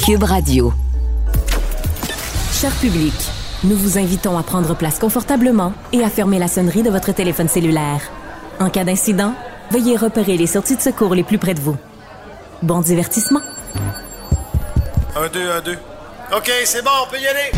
Cube Radio. Cher public, nous vous invitons à prendre place confortablement et à fermer la sonnerie de votre téléphone cellulaire. En cas d'incident, veuillez repérer les sorties de secours les plus près de vous. Bon divertissement. 1, 2, 1, 2. OK, c'est bon, on peut y aller.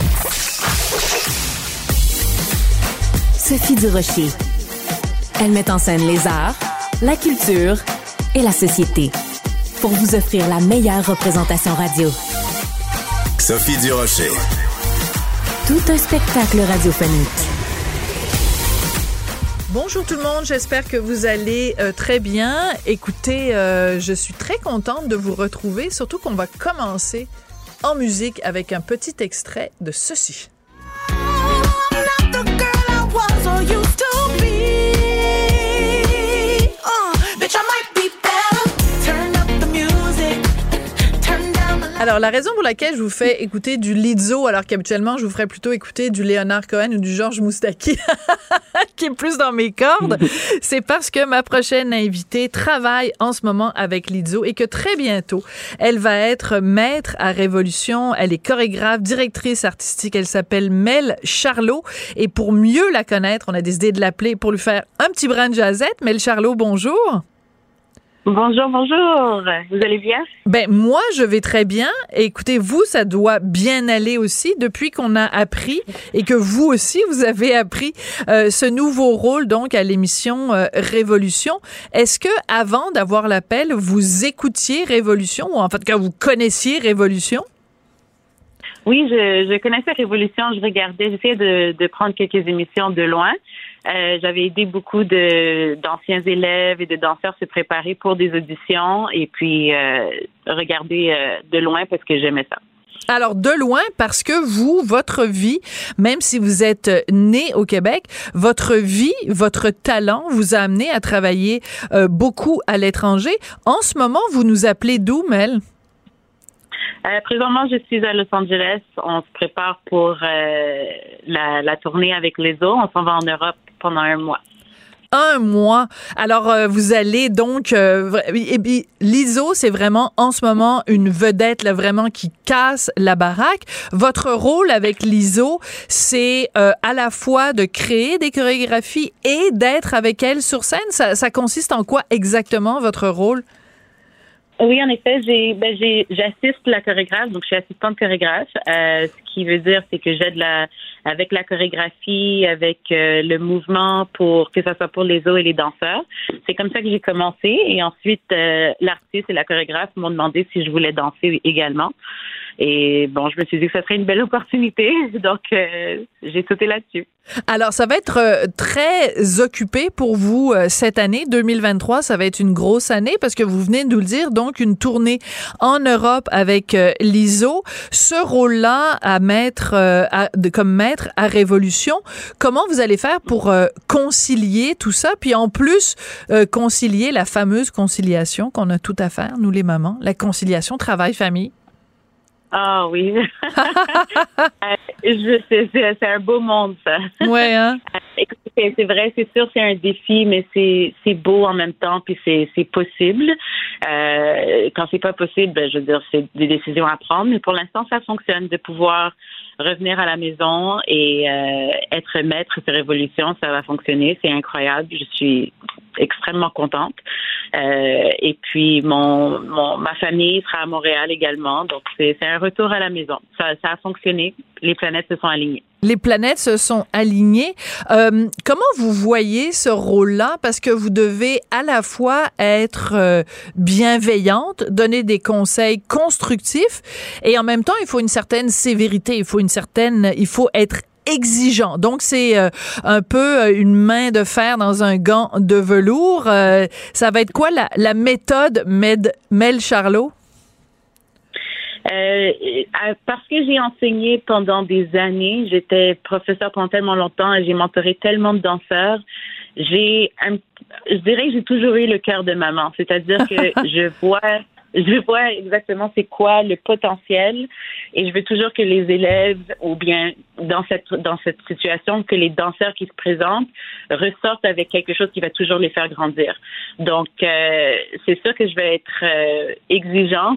Sophie Durocher. Elle met en scène les arts, la culture et la société pour vous offrir la meilleure représentation radio. Sophie Durocher. Tout un spectacle radiophonique. Bonjour tout le monde, j'espère que vous allez très bien. Écoutez, je suis très contente de vous retrouver, surtout qu'on va commencer en musique avec un petit extrait de ceci. Alors, la raison pour laquelle je vous fais écouter du Lizzo, alors qu'habituellement, je vous ferais plutôt écouter du Leonard Cohen ou du Georges Moustaki, qui est plus dans mes cordes, c'est parce que ma prochaine invitée travaille en ce moment avec Lizzo et que très bientôt, elle va être maître à Révolution. Elle est chorégraphe, directrice artistique. Elle s'appelle Mel Charlot. Et pour mieux la connaître, on a décidé de l'appeler pour lui faire un petit brin de jazette. Mel Charlot, bonjour. Bonjour, bonjour. Vous allez bien? Ben, moi, je vais très bien. Écoutez, vous, ça doit bien aller aussi depuis qu'on a appris et que vous aussi, vous avez appris ce nouveau rôle, donc, à l'émission Révolution. Est-ce que, avant d'avoir l'appel, vous écoutiez Révolution ou en fait, que vous connaissiez Révolution? Oui, je connaissais Révolution. Je regardais, j'essayais de prendre quelques émissions de loin. J'avais aidé beaucoup d'anciens élèves et de danseurs se préparer pour des auditions et puis regarder de loin parce que j'aimais ça. Alors, de loin, parce que vous, votre vie, même si vous êtes né au Québec, votre vie, votre talent vous a amené à travailler beaucoup à l'étranger. En ce moment, vous nous appelez d'où, Mel? Présentement, je suis à Los Angeles. On se prépare pour la tournée avec Lizzo. On s'en va en Europe pendant 1 mois. 1 mois. Alors, vous allez donc... et puis, Lizzo, c'est vraiment, en ce moment, une vedette, là, vraiment, qui casse la baraque. Votre rôle avec Lizzo, c'est à la fois de créer des chorégraphies et d'être avec elle sur scène. Ça consiste en quoi exactement, votre rôle? Oui, en effet, j'assiste la chorégraphe, donc je suis assistante chorégraphe. Ce qui veut dire, c'est que j'aide avec la chorégraphie, avec le mouvement pour que ça soit pour les os et les danseurs. C'est comme ça que j'ai commencé et ensuite l'artiste et la chorégraphe m'ont demandé si je voulais danser également. Et bon, je me suis dit que ça serait une belle opportunité, donc j'ai sauté là-dessus. Alors, ça va être très occupé pour vous cette année, 2023. Ça va être une grosse année parce que vous venez de nous le dire, donc une tournée en Europe avec Lizzo. Ce rôle-là comme maître à Révolution, comment vous allez faire pour concilier tout ça, puis en plus concilier la fameuse conciliation qu'on a tout à faire, nous les mamans, la conciliation travail-famille? Ah oui. C'est un beau monde, ça. Ouais, hein? Écoutez, c'est vrai, c'est sûr, c'est un défi, mais c'est beau en même temps, puis c'est possible. Quand c'est pas possible, je veux dire, c'est des décisions à prendre, mais pour l'instant, ça fonctionne de pouvoir revenir à la maison et être maître de Révolution, ça va fonctionner, c'est incroyable. Je suis extrêmement contente. Et puis ma famille sera à Montréal également, donc c'est un retour à la maison. Ça a fonctionné, les planètes se sont alignées. Les planètes se sont alignées. Comment vous voyez ce rôle-là? Parce que vous devez à la fois être bienveillante, donner des conseils constructifs, et en même temps, il faut une certaine sévérité, il faut être exigeant. Donc, c'est un peu une main de fer dans un gant de velours. Ça va être quoi la méthode Mel Charlot? Parce que j'ai enseigné pendant des années, j'étais professeure pendant tellement longtemps et j'ai mentoré tellement de danseurs, je dirais que j'ai toujours eu le cœur de maman. C'est-à-dire que je vois exactement c'est quoi le potentiel et je veux toujours que les élèves, ou bien dans cette situation, que les danseurs qui se présentent ressortent avec quelque chose qui va toujours les faire grandir. Donc, c'est sûr que je vais être exigeante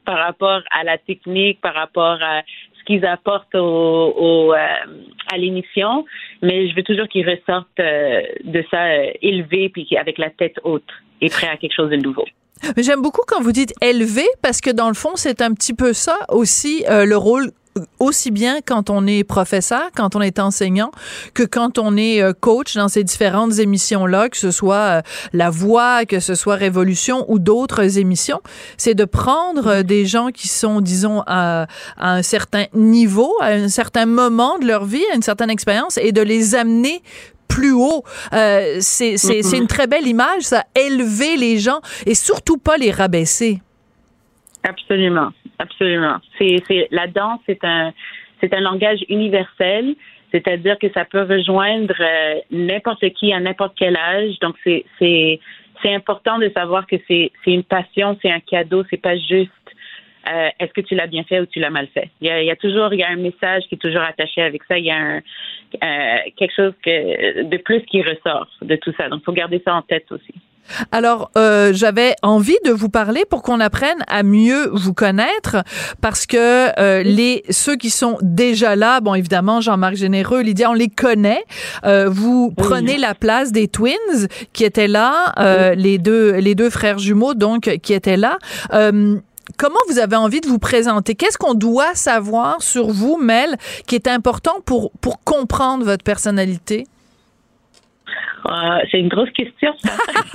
par rapport à la technique, par rapport à ce qu'ils apportent à l'émission, mais je veux toujours qu'ils ressortent de ça élevés puis avec la tête haute et prêts à quelque chose de nouveau. Mais j'aime beaucoup quand vous dites élevé, parce que dans le fond, c'est un petit peu ça aussi, le rôle, aussi bien quand on est professeur, quand on est enseignant, que quand on est coach dans ces différentes émissions-là, que ce soit La Voix, que ce soit Révolution ou d'autres émissions, c'est de prendre des gens qui sont, disons, à un certain niveau, à un certain moment de leur vie, à une certaine expérience, et de les amener plus haut. C'est une très belle image, ça, élever les gens et surtout pas les rabaisser. Absolument, absolument. La danse, c'est un langage universel, c'est-à-dire que ça peut rejoindre n'importe qui à n'importe quel âge. Donc c'est important de savoir que c'est une passion, c'est un cadeau, c'est pas juste est-ce que tu l'as bien fait ou tu l'as mal fait. Il y a un message qui est toujours attaché avec ça. Il y a quelque chose de plus qui ressort de tout ça. Donc, il faut garder ça en tête aussi. Alors, j'avais envie de vous parler pour qu'on apprenne à mieux vous connaître, parce que ceux qui sont déjà là, bon, évidemment, Jean-Marc Généreux, Lydia, on les connaît. Vous prenez la place des Twins qui étaient là, les deux frères jumeaux, donc, qui étaient là. Comment vous avez envie de vous présenter? Qu'est-ce qu'on doit savoir sur vous, Mel, qui est important pour comprendre votre personnalité? C'est une grosse question, ça.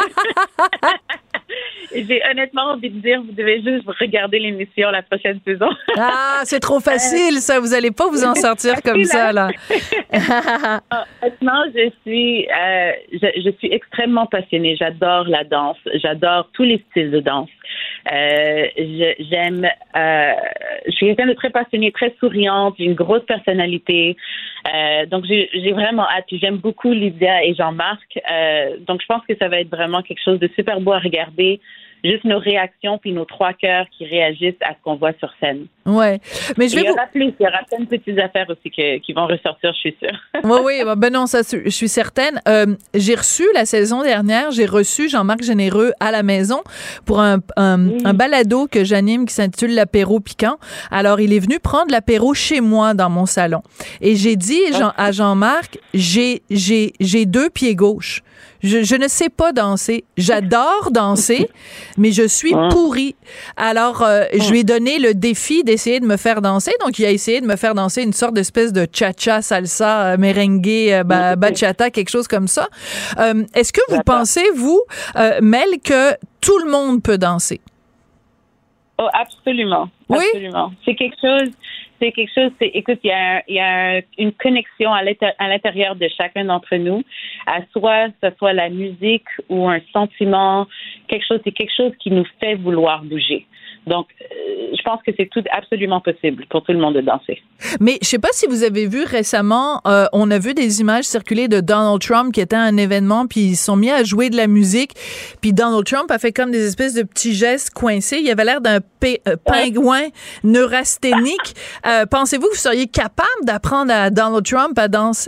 J'ai honnêtement envie de dire, vous devez juste regarder l'émission la prochaine saison. Ah, c'est trop facile, ça. Vous allez pas vous en sortir comme ça, là. Honnêtement, je suis extrêmement passionnée. J'adore la danse. J'adore tous les styles de danse. Je suis quelqu'un de très passionnée, très souriante, j'ai une grosse personnalité. Donc, j'ai vraiment hâte. J'aime beaucoup Lydia et Jean-Marc. Donc, je pense que ça va être vraiment quelque chose de super beau à regarder. Juste nos réactions puis nos trois cœurs qui réagissent à ce qu'on voit sur scène. Ouais, mais il y aura plein de petites affaires aussi qui vont ressortir, je suis sûre. Oui, ben non, ça, je suis certaine. J'ai reçu la saison dernière, Jean-Marc Généreux à la maison pour un balado que j'anime qui s'intitule l'apéro piquant. Alors, il est venu prendre l'apéro chez moi dans mon salon. Et j'ai dit à Jean-Marc, j'ai 2 pieds gauches. Je ne sais pas danser. J'adore danser, mais je suis pourrie. Alors, je lui ai donné le défi d'essayer de me faire danser. Donc, il a essayé de me faire danser une sorte d'espèce de cha-cha, salsa, merengue, bachata, quelque chose comme ça. Est-ce que vous pensez, vous, Mel, que tout le monde peut danser? Oh, absolument. Oui? Absolument. C'est quelque chose, écoute, il y a une connexion à l'intérieur de chacun d'entre nous, à soit ce soit la musique ou un sentiment, c'est quelque chose qui nous fait vouloir bouger. Donc, je pense que c'est absolument possible pour tout le monde de danser. Mais je sais pas si vous avez vu récemment, on a vu des images circuler de Donald Trump qui était à un événement, puis ils se sont mis à jouer de la musique, puis Donald Trump a fait comme des espèces de petits gestes coincés. Il avait l'air d'un pingouin neurasthénique. Pensez-vous que vous seriez capable d'apprendre à Donald Trump à danser?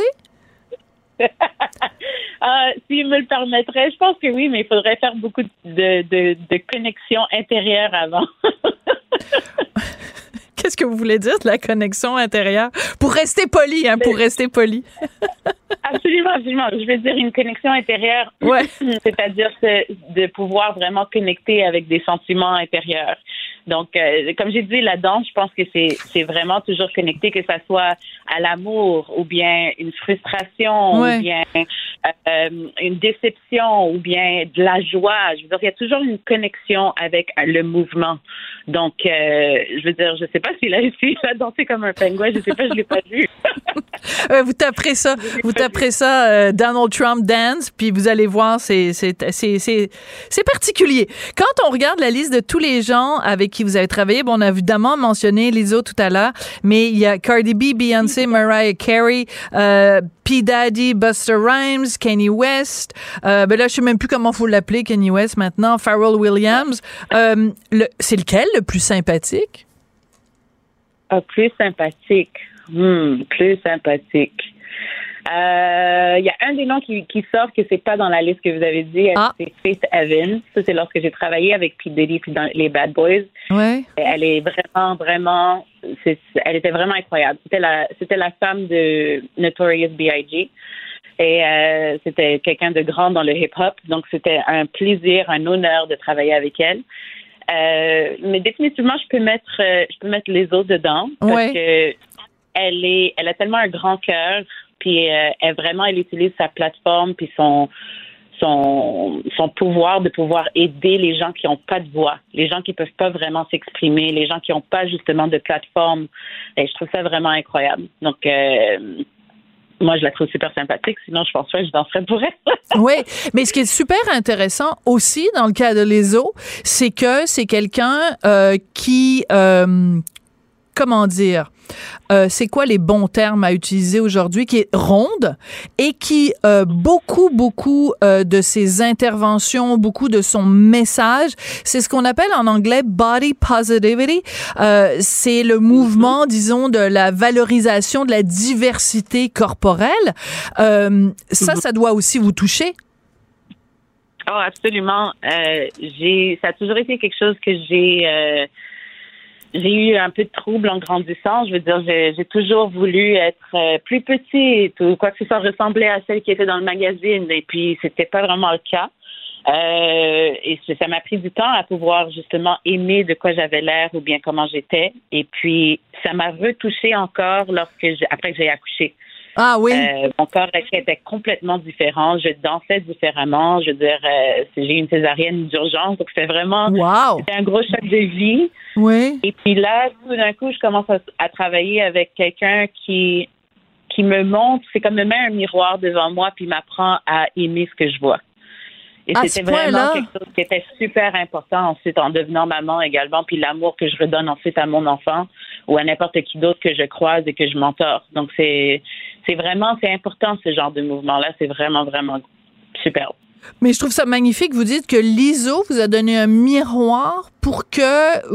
S'il me le permettrait, je pense que oui, mais il faudrait faire beaucoup de connexions intérieures avant. Qu'est-ce que vous voulez dire de la connexion intérieure? Pour rester poli, pour rester poli. Absolument. Je veux dire une connexion intérieure, c'est-à-dire de pouvoir vraiment connecter avec des sentiments intérieurs. Donc, comme j'ai dit, la danse, je pense que c'est vraiment toujours connecté, que ça soit à l'amour ou bien une frustration ou bien une déception ou bien de la joie. Je veux dire, il y a toujours une connexion avec le mouvement. Donc, je veux dire, je sais pas s'il a réussi à danser comme un pingouin, je sais pas, je l'ai pas vu. Vous taperez ça, Donald Trump dance, puis vous allez voir, c'est particulier. Quand on regarde la liste de tous les gens avec qui vous avez travaillé, bon, on a évidemment mentionné Lizzo tout à l'heure, mais il y a Cardi B, Beyoncé, Mariah Carey, P. Daddy, Busta Rhymes, Kanye West, là, je sais même plus comment faut l'appeler, Kanye West maintenant, Pharrell Williams. C'est lequel le plus sympathique? Plus sympathique. Plus sympathique. Il y a un des noms qui sort que c'est pas dans la liste que vous avez dit. C'est Faith Evans. Ça, c'est lorsque j'ai travaillé avec P. Diddy puis dans les Bad Boys. Ouais. Et elle est vraiment, elle était vraiment incroyable. C'était la femme de Notorious B.I.G. Et c'était quelqu'un de grand dans le hip-hop. Donc, c'était un plaisir, un honneur de travailler avec elle. Mais définitivement, je peux mettre les autres dedans parce que elle a tellement un grand cœur, puis elle utilise sa plateforme puis son pouvoir de pouvoir aider les gens qui n'ont pas de voix, les gens qui peuvent pas vraiment s'exprimer, les gens qui n'ont pas justement de plateforme. Et je trouve ça vraiment incroyable. Donc moi, je la trouve super sympathique. Sinon, je pense pas que je danserais pour elle. Oui, mais ce qui est super intéressant aussi dans le cas de Lizzo, c'est que c'est quelqu'un qui... comment dire, c'est quoi les bons termes à utiliser aujourd'hui, qui est ronde et qui, beaucoup de ses interventions, beaucoup de son message, c'est ce qu'on appelle en anglais body positivity. C'est le mouvement, disons, de la valorisation de la diversité corporelle. Ça doit aussi vous toucher. Oh, absolument. Ça a toujours été quelque chose que j'ai eu un peu de trouble en grandissant. Je veux dire, j'ai toujours voulu être plus petite ou quoi que ce soit ressembler à celle qui était dans le magazine. Et puis, c'était pas vraiment le cas. Et ça m'a pris du temps à pouvoir justement aimer de quoi j'avais l'air ou bien comment j'étais. Et puis, ça m'a retouché encore après que j'ai accouché. Ah oui. Mon corps était complètement différent. Je dansais différemment. Je veux dire, j'ai eu une césarienne d'urgence. Donc, c'était vraiment c'était un gros choc de vie. Oui. Et puis là, tout d'un coup, je commence à travailler avec quelqu'un qui me montre, c'est comme me met un miroir devant moi puis m'apprend à aimer ce que je vois. Et c'était vraiment quelque chose qui était super important ensuite en devenant maman également, puis l'amour que je redonne ensuite à mon enfant ou à n'importe qui d'autre que je croise et que je mentor. Donc c'est important ce genre de mouvement-là. C'est vraiment, vraiment super. Mais je trouve ça magnifique. Vous dites que Lizzo vous a donné un miroir pour que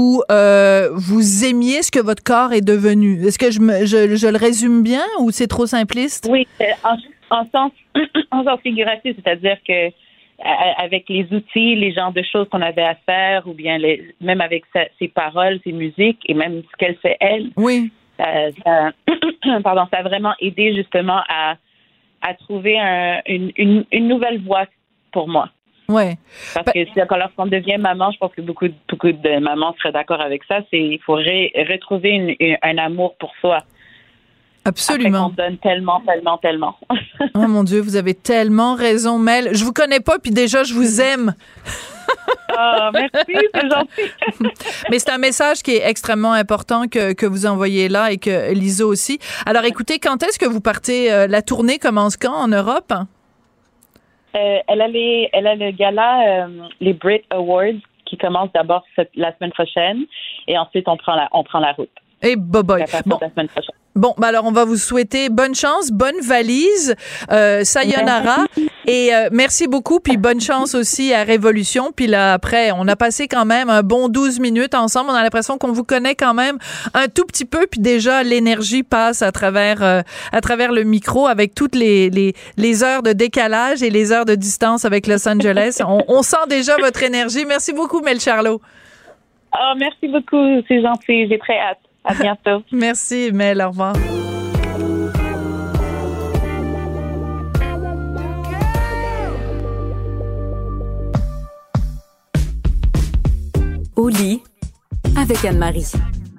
vous aimiez ce que votre corps est devenu. Est-ce que je le résume bien ou c'est trop simpliste? Oui, en sens figuratif, c'est-à-dire que avec les outils, les genres de choses qu'on avait à faire, ou bien même avec ses paroles, ses musiques, et même ce qu'elle fait elle. Oui. Ça a vraiment aidé justement à trouver une nouvelle voie pour moi. Ouais. Parce que lorsqu'on devient maman, je pense que beaucoup de mamans seraient d'accord avec ça, il faut retrouver un amour pour soi. Absolument. Après qu'on donne tellement. Oh mon Dieu, vous avez tellement raison, Mel. Je vous connais pas, puis déjà, je vous aime. Oh, merci, c'est gentil. Mais c'est un message qui est extrêmement important que vous envoyez là et que Lizzo aussi. Alors, écoutez, quand est-ce que vous partez? La tournée commence quand en Europe? Elle a le gala, les Brit Awards, qui commence d'abord la semaine prochaine, et ensuite on prend la route. Et boboy. Bon, ben alors on va vous souhaiter bonne chance, bonne valise, sayonara, et merci beaucoup, puis bonne chance aussi à Révolution. Puis là, après, on a passé quand même un bon 12 minutes ensemble. On a l'impression qu'on vous connaît quand même un tout petit peu, puis déjà l'énergie passe à travers le micro avec toutes les heures de décalage et les heures de distance avec Los Angeles. On sent déjà votre énergie. Merci beaucoup, Mel Charlot. Oh, merci beaucoup, c'est gentil, j'ai très hâte. À bientôt. Merci, Mel. Au revoir. Au lit avec Anne-Marie.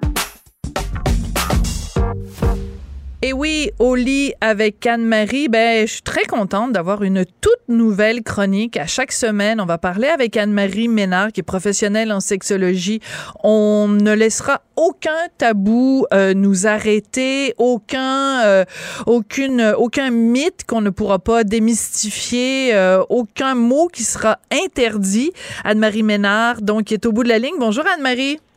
Et oui, au lit avec Anne-Marie, je suis très contente d'avoir une toute nouvelle chronique. À chaque semaine, on va parler avec Anne-Marie Ménard, qui est professionnelle en sexologie. On ne laissera aucun tabou nous arrêter, aucun mythe qu'on ne pourra pas démystifier, aucun mot qui sera interdit. Anne-Marie Ménard, donc, qui est au bout de la ligne. Bonjour Anne-Marie.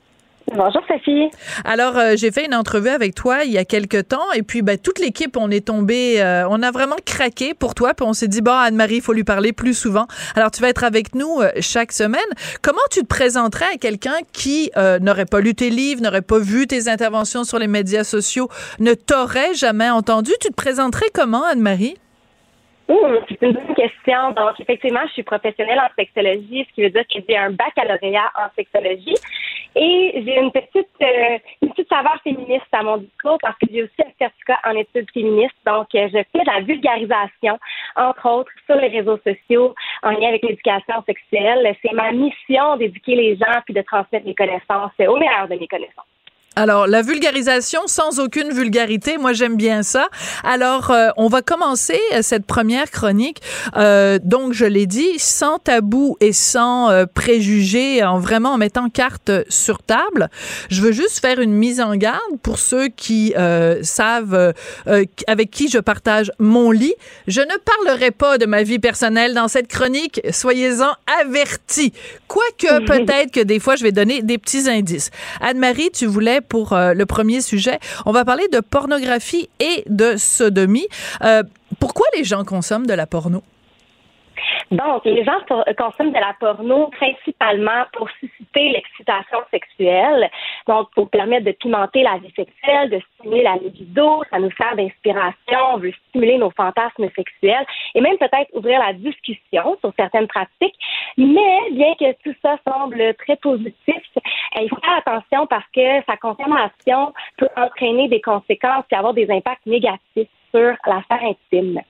Bonjour Sophie. Alors, j'ai fait une entrevue avec toi il y a quelque temps et puis toute l'équipe, on est tombé, on a vraiment craqué pour toi puis on s'est dit, Anne-Marie, il faut lui parler plus souvent. Alors, tu vas être avec nous chaque semaine. Comment tu te présenterais à quelqu'un qui n'aurait pas lu tes livres, n'aurait pas vu tes interventions sur les médias sociaux, ne t'aurait jamais entendu? Tu te présenterais comment, Anne-Marie? C'est une bonne question. Donc, effectivement, je suis professionnelle en sexologie, ce qui veut dire que j'ai un baccalauréat en sexologie. Et j'ai une petite saveur féministe à mon discours parce que j'ai aussi un certificat en études féministes. Donc, je fais de la vulgarisation, entre autres, sur les réseaux sociaux en lien avec l'éducation sexuelle. C'est ma mission d'éduquer les gens puis de transmettre mes connaissances au meilleur de mes connaissances. Alors, la vulgarisation sans aucune vulgarité, moi j'aime bien ça. Alors, on va commencer cette première chronique, donc je l'ai dit, sans tabou et sans préjugés, en mettant carte sur table. Je veux juste faire une mise en garde pour ceux qui savent avec qui je partage mon lit. Je ne parlerai pas de ma vie personnelle dans cette chronique, soyez-en avertis. Quoique, peut-être que des fois, je vais donner des petits indices. Anne-Marie, tu voulais pour le premier sujet. On va parler de pornographie et de sodomie. Pourquoi les gens consomment de la porno? Donc, les gens consomment de la porno principalement pour susciter l'excitation sexuelle, donc pour permettre de pimenter la vie sexuelle, de stimuler la libido, ça nous sert d'inspiration, on veut stimuler nos fantasmes sexuels et même peut-être ouvrir la discussion sur certaines pratiques. Mais bien que tout ça semble très positif, il faut faire attention parce que sa consommation peut entraîner des conséquences et avoir des impacts négatifs sur la sphère intime.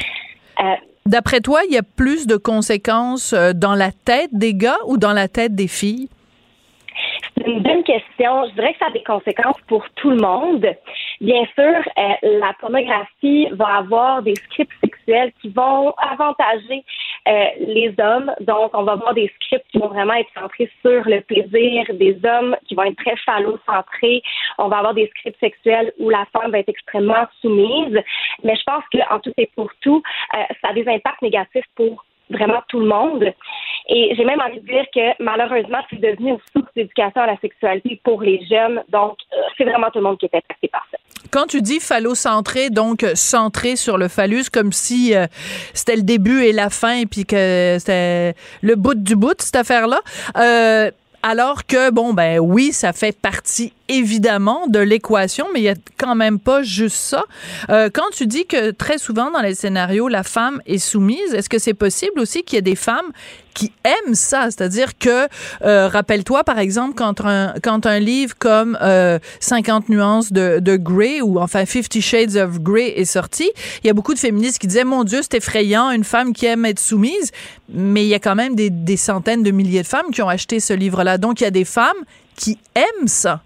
D'après toi, il y a plus de conséquences dans la tête des gars ou dans la tête des filles? C'est une bonne question. Je dirais que ça a des conséquences pour tout le monde. Bien sûr, la pornographie va avoir des scripts sexuels qui vont avantager les hommes. Donc, on va avoir des scripts qui vont vraiment être centrés sur le plaisir des hommes, qui vont être très phallocentrés. On va avoir des scripts sexuels où la femme va être extrêmement soumise. Mais je pense qu'en tout et pour tout, ça a des impacts négatifs pour vraiment tout le monde. Et j'ai même envie de dire que malheureusement, c'est devenu une source d'éducation à la sexualité pour les jeunes. Donc, c'est vraiment tout le monde qui est impacté par ça. Quand tu dis phallocentré, donc centré sur le phallus, comme si c'était le début et la fin, puis que c'était le bout du bout, cette affaire-là. Alors que, oui, ça fait partie évidemment de l'équation, mais il y a quand même pas juste ça. Quand tu dis que très souvent dans les scénarios, la femme est soumise, est-ce que c'est possible aussi qu'il y ait des femmes qui aiment ça? C'est-à-dire que, rappelle-toi, par exemple, quand un livre comme 50 nuances de Grey ou enfin 50 Shades of Grey est sorti, il y a beaucoup de féministes qui disaient, mon Dieu, c'est effrayant, une femme qui aime être soumise, mais il y a quand même des centaines de milliers de femmes qui ont acheté ce livre-là. Donc, il y a des femmes qui aiment ça.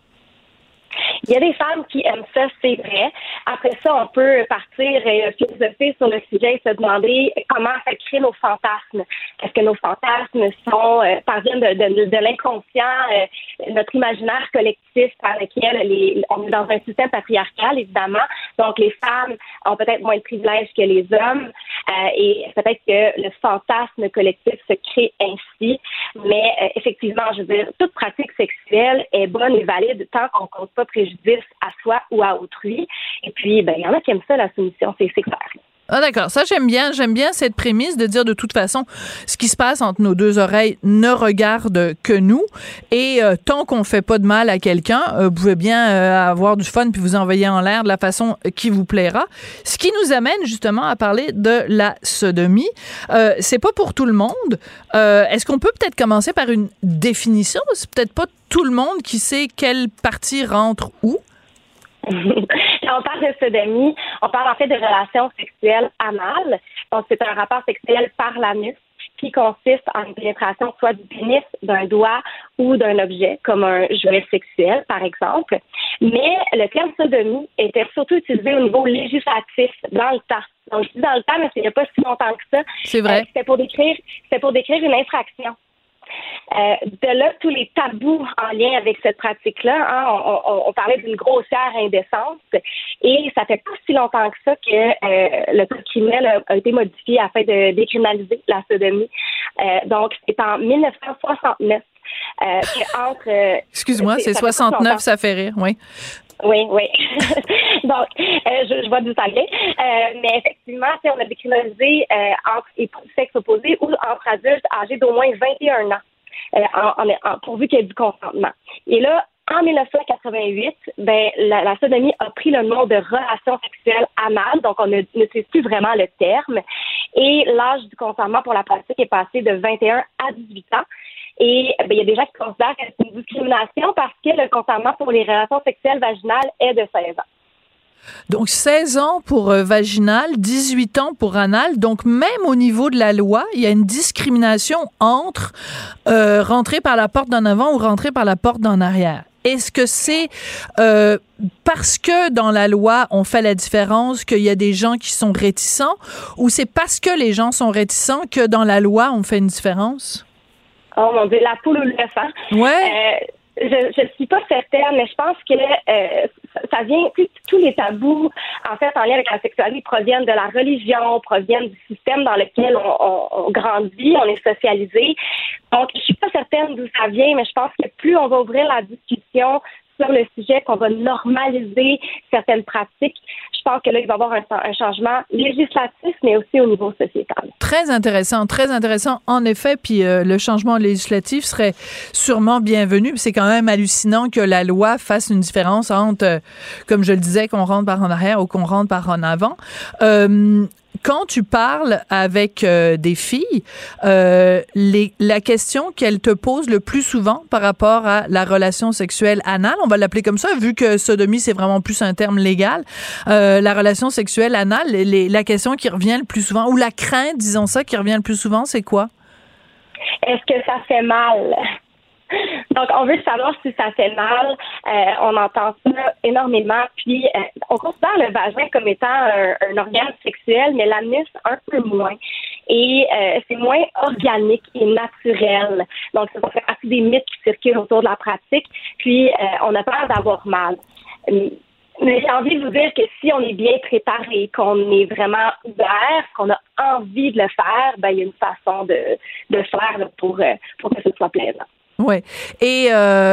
Il y a des femmes qui aiment ça, c'est vrai. Après ça, on peut partir et philosopher sur le sujet et se demander comment ça crée nos fantasmes. Est-ce que nos fantasmes parviennent de l'inconscient, notre imaginaire collectif par lequel on est dans un système patriarcal, évidemment. Donc, les femmes ont peut-être moins de privilèges que les hommes et peut-être que le fantasme collectif se crée ainsi. Mais effectivement, je veux dire, toute pratique sexuelle est bonne et valide tant qu'on ne cause pas préjudice à soi ou à autrui. Et puis, il y en a qui aiment ça, la soumission, c'est clair. Ah d'accord, ça j'aime bien cette prémisse de dire de toute façon ce qui se passe entre nos deux oreilles ne regarde que nous et tant qu'on fait pas de mal à quelqu'un, vous pouvez bien avoir du fun puis vous envoyer en l'air de la façon qui vous plaira. Ce qui nous amène justement à parler de la sodomie. C'est pas pour tout le monde. Est-ce qu'on peut peut-être commencer par une définition? C'est peut-être pas tout le monde qui sait quelle partie rentre où. Quand on parle de sodomie, on parle en fait de relations sexuelles anales. Donc, c'est un rapport sexuel par l'anus qui consiste en une pénétration soit du pénis, d'un doigt ou d'un objet, comme un jouet sexuel, par exemple. Mais le terme sodomie était surtout utilisé au niveau législatif dans le temps. Donc, je dis dans le temps, mais il n'y a pas si longtemps que ça. C'est vrai. C'était pour décrire une infraction. De là, tous les tabous en lien avec cette pratique-là, hein, on parlait d'une grossière indécence et ça fait pas si longtemps que ça que le code criminel a été modifié afin de décriminaliser la sodomie. Donc, c'est en 1969 Excuse-moi, c'est 69, ça fait rire, oui. Oui. Donc, je vois d'où ça vient. Mais effectivement, on a décriminalisé entre époux de sexe opposé ou entre adultes âgés d'au moins 21 ans, pourvu qu'il y ait du consentement. Et là, en 1988, la sodomie a pris le nom de relation sexuelle anale, donc on n'utilise plus vraiment le terme. Et l'âge du consentement pour la pratique est passé de 21 à 18 ans. Et il y a des gens qui considèrent que c'est une discrimination parce que le consentement pour les relations sexuelles vaginales est de 16 ans. Donc, 16 ans pour vaginal, 18 ans pour anal. Donc, même au niveau de la loi, il y a une discrimination entre rentrer par la porte d'en avant ou rentrer par la porte d'en arrière. Est-ce que c'est parce que dans la loi, on fait la différence qu'il y a des gens qui sont réticents ou c'est parce que les gens sont réticents que dans la loi, on fait une différence? Oh mon Dieu, la poule ou l'œuf, hein? Ouais. Je suis pas certaine, mais je pense que ça vient, tous les tabous, en fait, en lien avec la sexualité, proviennent de la religion, proviennent du système dans lequel on grandit, on est socialisé. Donc, je suis pas certaine d'où ça vient, mais je pense que plus on va ouvrir la discussion sur le sujet, qu'on va normaliser certaines pratiques, je pense que là, il va y avoir un changement législatif, mais aussi au niveau sociétal. Très intéressant, en effet. Puis le changement législatif serait sûrement bienvenu. C'est quand même hallucinant que la loi fasse une différence entre, comme je le disais, qu'on rentre par en arrière ou qu'on rentre par en avant. Quand tu parles avec des filles, la question qu'elles te posent le plus souvent par rapport à la relation sexuelle anale, on va l'appeler comme ça, vu que sodomie, c'est vraiment plus un terme légal, la relation sexuelle anale, la question qui revient le plus souvent, ou la crainte, disons ça, qui revient le plus souvent, c'est quoi? Est-ce que ça fait mal? Donc, on veut savoir si ça fait mal. On entend ça énormément. Puis, on considère le vagin comme étant un organe sexuel, mais l'anus un peu moins. Et c'est moins organique et naturel. Donc, ça fait partie des mythes qui circulent autour de la pratique. Puis, on a peur d'avoir mal. Mais j'ai envie de vous dire que si on est bien préparé, qu'on est vraiment ouvert, qu'on a envie de le faire, il y a une façon de faire pour que ce soit plaisant. Oui. Et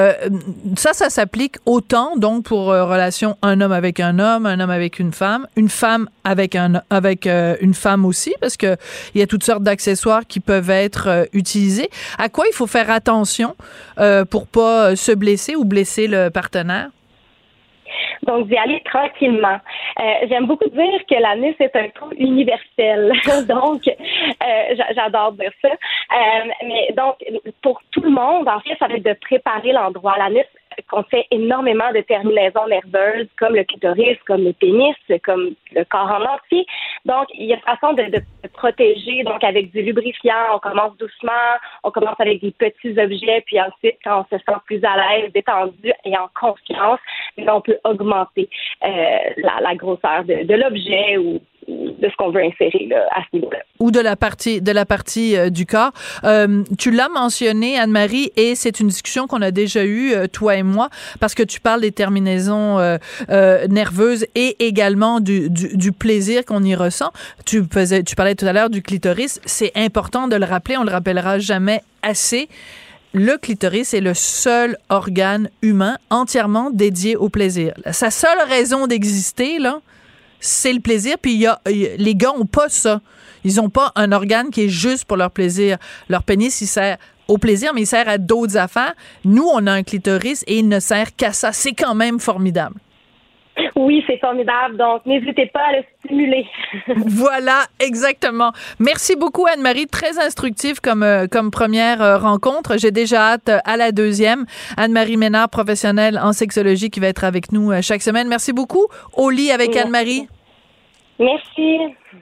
ça s'applique autant donc pour relation un homme avec un homme avec une femme avec une femme aussi, parce que il y a toutes sortes d'accessoires qui peuvent être utilisés. À quoi il faut faire attention pour pas se blesser ou blesser le partenaire? Donc, d'y aller tranquillement. J'aime beaucoup dire que l'anus est un trou universel. Donc, j'adore dire ça. Mais donc, pour tout le monde, en fait, ça va être de préparer l'endroit. L'anus contient énormément de terminaisons nerveuses, comme le clitoris, comme le pénis, comme le corps en entier. Donc, il y a une façon de protéger, donc avec du lubrifiant. On commence doucement, on commence avec des petits objets, puis ensuite, quand on se sent plus à l'aise, détendu et en confiance, on peut augmenter la grosseur de l'objet ou de ce qu'on veut insérer là, à ce niveau-là. Ou de la partie du corps. Tu l'as mentionné, Anne-Marie, et c'est une discussion qu'on a déjà eue, toi et moi, parce que tu parles des terminaisons nerveuses et également du plaisir qu'on y ressent. Tu parlais tout à l'heure du clitoris. C'est important de le rappeler, on le rappellera jamais assez. Le clitoris est le seul organe humain entièrement dédié au plaisir. Sa seule raison d'exister, là, c'est le plaisir. Puis les gars ont pas ça. Ils ont pas un organe qui est juste pour leur plaisir. Leur pénis, il sert au plaisir, mais il sert à d'autres affaires. Nous, on a un clitoris et il ne sert qu'à ça. C'est quand même formidable. Oui, c'est formidable. Donc, n'hésitez pas à le stimuler. Voilà, exactement. Merci beaucoup, Anne-Marie. Très instructive comme première rencontre. J'ai déjà hâte à la deuxième. Anne-Marie Ménard, professionnelle en sexologie, qui va être avec nous chaque semaine. Merci beaucoup. Au lit avec Merci. Anne-Marie. Merci.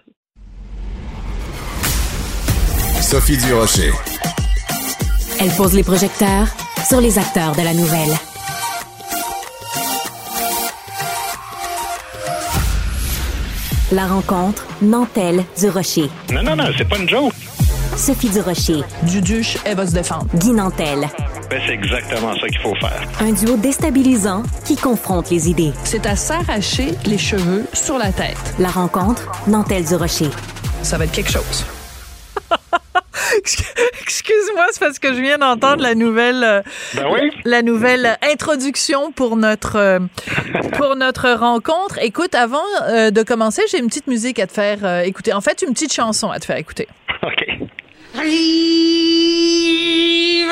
Sophie Durocher. Elle pose les projecteurs sur les acteurs de la nouvelle. La rencontre Nantel-Durocher. Non, c'est pas une joke. Sophie Durocher. Duduche, elle va se défendre. Guy Nantel. Ben, c'est exactement ça qu'il faut faire. Un duo déstabilisant qui confronte les idées. C'est à s'arracher les cheveux sur la tête. La rencontre Nantel-Durocher. Ça va être quelque chose. Excuse-moi, c'est parce que je viens d'entendre la nouvelle la nouvelle introduction pour notre rencontre. Écoute, avant de commencer, j'ai une petite musique à te faire écouter. En fait, une petite chanson à te faire écouter. OK. L'hiver,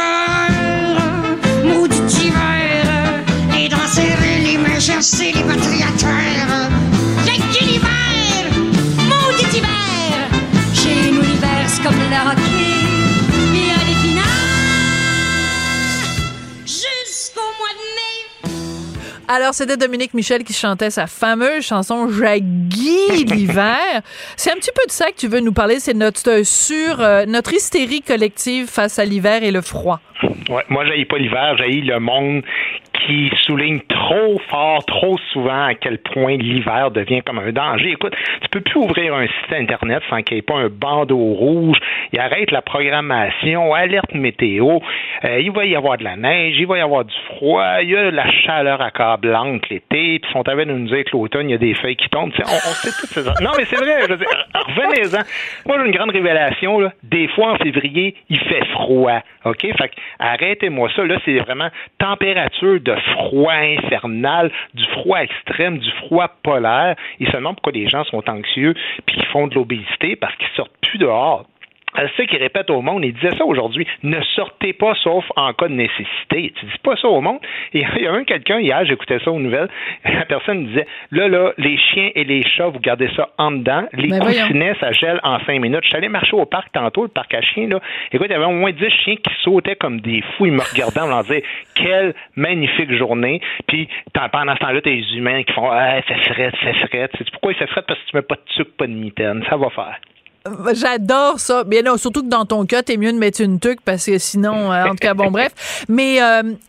maudit hiver, les dents serrées, les mains gercées, les batteries à terre. Y'a que l'hiver, maudit hiver, chez nous l'hiver c'est comme le hockey, il y a des finales jusqu'au mois de mai. Alors, c'était Dominique Michel qui chantait sa fameuse chanson « Jaillit l'hiver ». C'est un petit peu de ça que tu veux nous parler, c'est notre hystérie collective face à l'hiver et le froid. Ouais, moi, j'haïs pas l'hiver, j'haïs le monde qui souligne trop fort, trop souvent à quel point l'hiver devient comme un danger. Écoute, tu peux plus ouvrir un site Internet sans qu'il n'y ait pas un bandeau rouge. Il arrête la programmation, alerte météo. Il va y avoir de la neige, il va y avoir du froid, il y a la chaleur accablante l'été, puis sont avec de nous dire que l'automne, il y a des feuilles qui tombent. On sait toutes ces... Non, mais c'est vrai, je veux dire, revenez-en. Moi, j'ai une grande révélation, là. Des fois, en février, il fait froid, OK? Fait que arrêtez-moi ça, là, c'est vraiment température de froid infernal, du froid extrême, du froid polaire. Ils se demandent pourquoi les gens sont anxieux puis qu'ils font de l'obésité parce qu'ils sortent plus dehors. C'est ça qu'ils répètent au monde. Ils disaient ça aujourd'hui. Ne sortez pas sauf en cas de nécessité. Tu dis pas ça au monde. Et il y a quelqu'un hier, j'écoutais ça aux nouvelles, la personne disait, là, les chiens et les chats, vous gardez ça en dedans. Les coussinets, ça gèle en 5 minutes. Je suis allé marcher au parc tantôt, le parc à chiens, là. Écoute, il y avait au moins 10 chiens qui sautaient comme des fous. Ils me regardaient en me disant, quelle magnifique journée. Puis, pendant ce temps-là, t'as les humains qui font, fait fret. Tu sais pourquoi il fait fret? Parce que tu mets pas de tuque, pas de mitaine. Ça va faire. J'adore ça. Bien non, surtout que dans ton cas, t'es mieux de mettre une tuque parce que sinon, en tout cas, bon, bref. Mais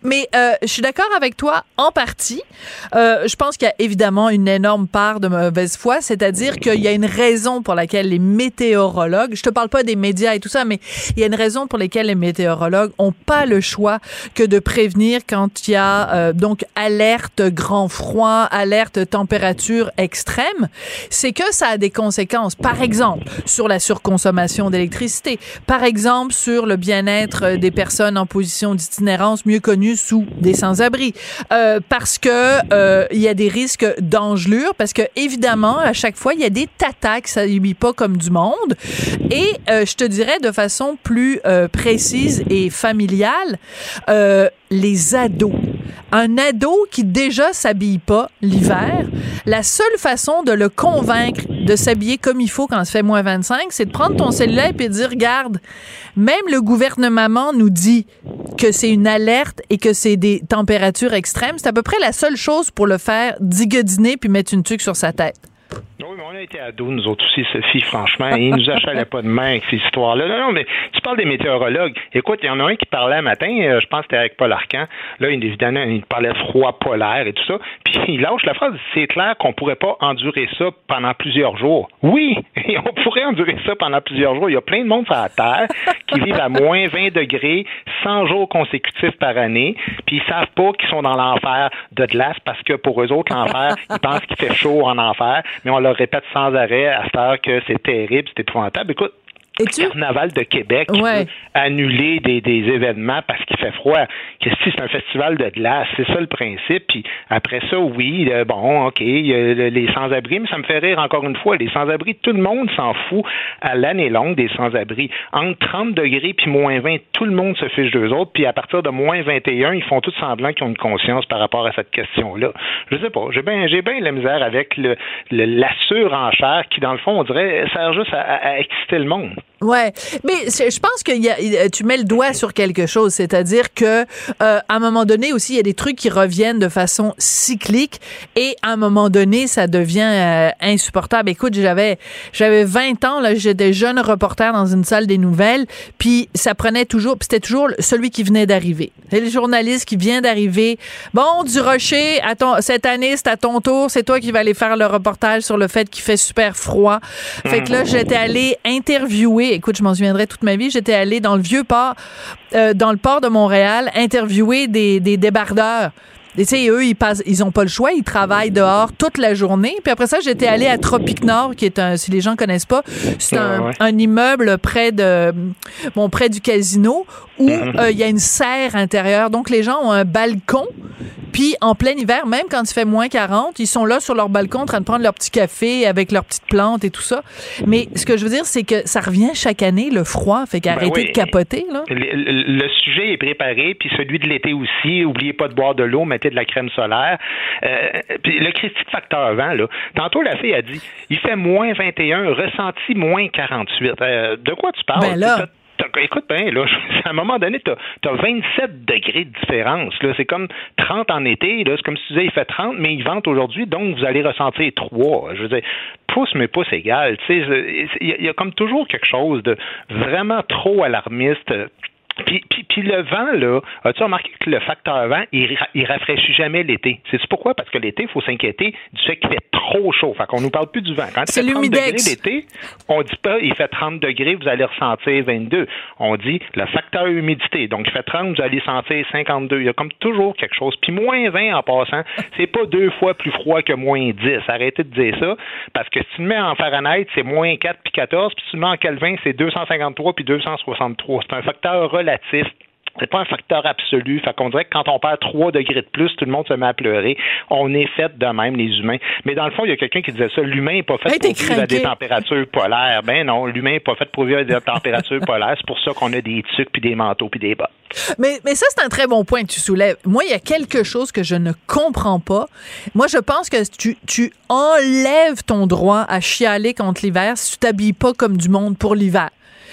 je suis d'accord avec toi en partie. Je pense qu'il y a évidemment une énorme part de mauvaise foi, c'est-à-dire qu'il y a une raison pour laquelle les météorologues, je te parle pas des médias et tout ça, mais il y a une raison pour laquelle les météorologues ont pas le choix que de prévenir quand il y a donc alerte grand froid, alerte température extrême. C'est que ça a des conséquences. Par exemple, sur la surconsommation d'électricité, par exemple sur le bien-être des personnes en position d'itinérance, mieux connues sous des sans-abri, parce que il y a des risques d'engelure, parce que évidemment à chaque fois il y a des tatas qui s'habillent pas comme du monde, et je te dirais de façon plus précise et familiale, les ados. Un ado qui déjà s'habille pas l'hiver, la seule façon de le convaincre de s'habiller comme il faut quand il fait moins 25, c'est de prendre ton cellulaire et de dire, regarde, même le gouvernement nous dit que c'est une alerte et que c'est des températures extrêmes. C'est à peu près la seule chose pour le faire digodiner puis mettre une tuque sur sa tête. Oui, mais on a été ados, nous autres aussi, Sophie, franchement, et ils nous achalaient pas de main avec ces histoires-là. Non, mais tu parles des météorologues. Écoute, il y en a un qui parlait un matin, je pense que c'était avec Paul Arcan, là, évidemment, il parlait de froid polaire et tout ça, puis il lâche la phrase, c'est clair qu'on pourrait pas endurer ça pendant plusieurs jours. Oui, on pourrait endurer ça pendant plusieurs jours. Il y a plein de monde sur la Terre qui vivent à moins 20 degrés, 100 jours consécutifs par année, puis ils savent pas qu'ils sont dans l'enfer de glace parce que pour eux autres, l'enfer, ils pensent qu'il fait chaud en enfer, mais on leur répète sans arrêt à cette heure que c'est terrible, c'est épouvantable. Écoute, le Carnaval de Québec qui veut annuler des événements parce qu'il fait froid. C'est un festival de glace, c'est ça le principe. Puis après ça, oui, bon, OK, les sans-abri, mais ça me fait rire encore une fois. Les sans-abri, tout le monde s'en fout à l'année longue des sans-abri. Entre 30 degrés puis moins 20, tout le monde se fiche d'eux autres. Puis à partir de moins 21, ils font tout semblant qu'ils ont une conscience par rapport à cette question-là. Je sais pas, j'ai bien la misère avec la surenchère qui, dans le fond, on dirait, sert juste à exciter le monde. Ouais, mais je pense que tu mets le doigt sur quelque chose, c'est-à-dire que à un moment donné aussi il y a des trucs qui reviennent de façon cyclique et à un moment donné ça devient insupportable. Écoute, j'avais 20 ans là, j'étais jeune reporter dans une salle des nouvelles, puis ça prenait toujours, puis c'était toujours celui qui venait d'arriver. C'est le journaliste qui vient d'arriver. Bon, du Rocher, cette année c'est à ton tour, c'est toi qui vas aller faire le reportage sur le fait qu'il fait super froid. Fait que là j'étais allée interviewer. Écoute, je m'en souviendrai toute ma vie. J'étais allée dans le vieux port, dans le port de Montréal, interviewer des débardeurs. tu sais, eux, ils ont pas le choix, ils travaillent dehors toute la journée. Puis après ça, j'étais allée à Tropique Nord, qui est si les gens connaissent pas, c'est un immeuble près du casino où il y a une serre intérieure. Donc, les gens ont un balcon. Puis, en plein hiver, même quand il fait moins 40, ils sont là sur leur balcon en train de prendre leur petit café avec leurs petites plantes et tout ça. Mais ce que je veux dire, c'est que ça revient chaque année, le froid. Fait qu'arrêtez de capoter, là. Le sujet est préparé, puis celui de l'été aussi. Oubliez pas de boire de l'eau, mettez de la crème solaire. Puis le critique facteur vent, là. Tantôt, la fille a dit, il fait moins 21, ressenti moins 48. De quoi tu parles? Ben là... Écoute bien, là, à un moment donné, t'as 27 degrés de différence. Là. C'est comme 30 en été. Là. C'est comme si tu disais, il fait 30, mais il vente aujourd'hui, donc vous allez ressentir 3. Je veux dire, pouce, mais pouce égal. Il y a comme toujours quelque chose de vraiment trop alarmiste. Puis le vent, là, as-tu remarqué que le facteur vent, il rafraîchit jamais l'été? C'est pourquoi? Parce que l'été, il faut s'inquiéter du fait qu'il fait trop chaud. Fait qu'on nous parle plus du vent. Quand il fait 30 degrés l'été, on dit pas, il fait 30 degrés, vous allez ressentir 22. On dit le facteur humidité. Donc, il fait 30, vous allez sentir 52. Il y a comme toujours quelque chose. Puis moins 20 en passant, c'est pas 2 fois plus froid que moins 10. Arrêtez de dire ça. Parce que si tu le mets en Fahrenheit, c'est moins 4 puis 14. Puis si tu le mets en Kelvin, c'est 253 puis 263. C'est un facteur relatif. C'est pas un facteur absolu. Fait qu'on dirait que quand on perd 3 degrés de plus, tout le monde se met à pleurer. On est fait de même, les humains. Mais dans le fond, il y a quelqu'un qui disait ça. L'humain n'est pas fait pour vivre à des températures polaires. Ben non, l'humain n'est pas fait pour vivre à des températures polaires. C'est pour ça qu'on a des tucs, puis des manteaux, puis des bottes. Mais ça, c'est un très bon point que tu soulèves. Moi, il y a quelque chose que je ne comprends pas. Moi, je pense que tu enlèves ton droit à chialer contre l'hiver si tu t'habilles pas comme du monde pour l'hiver.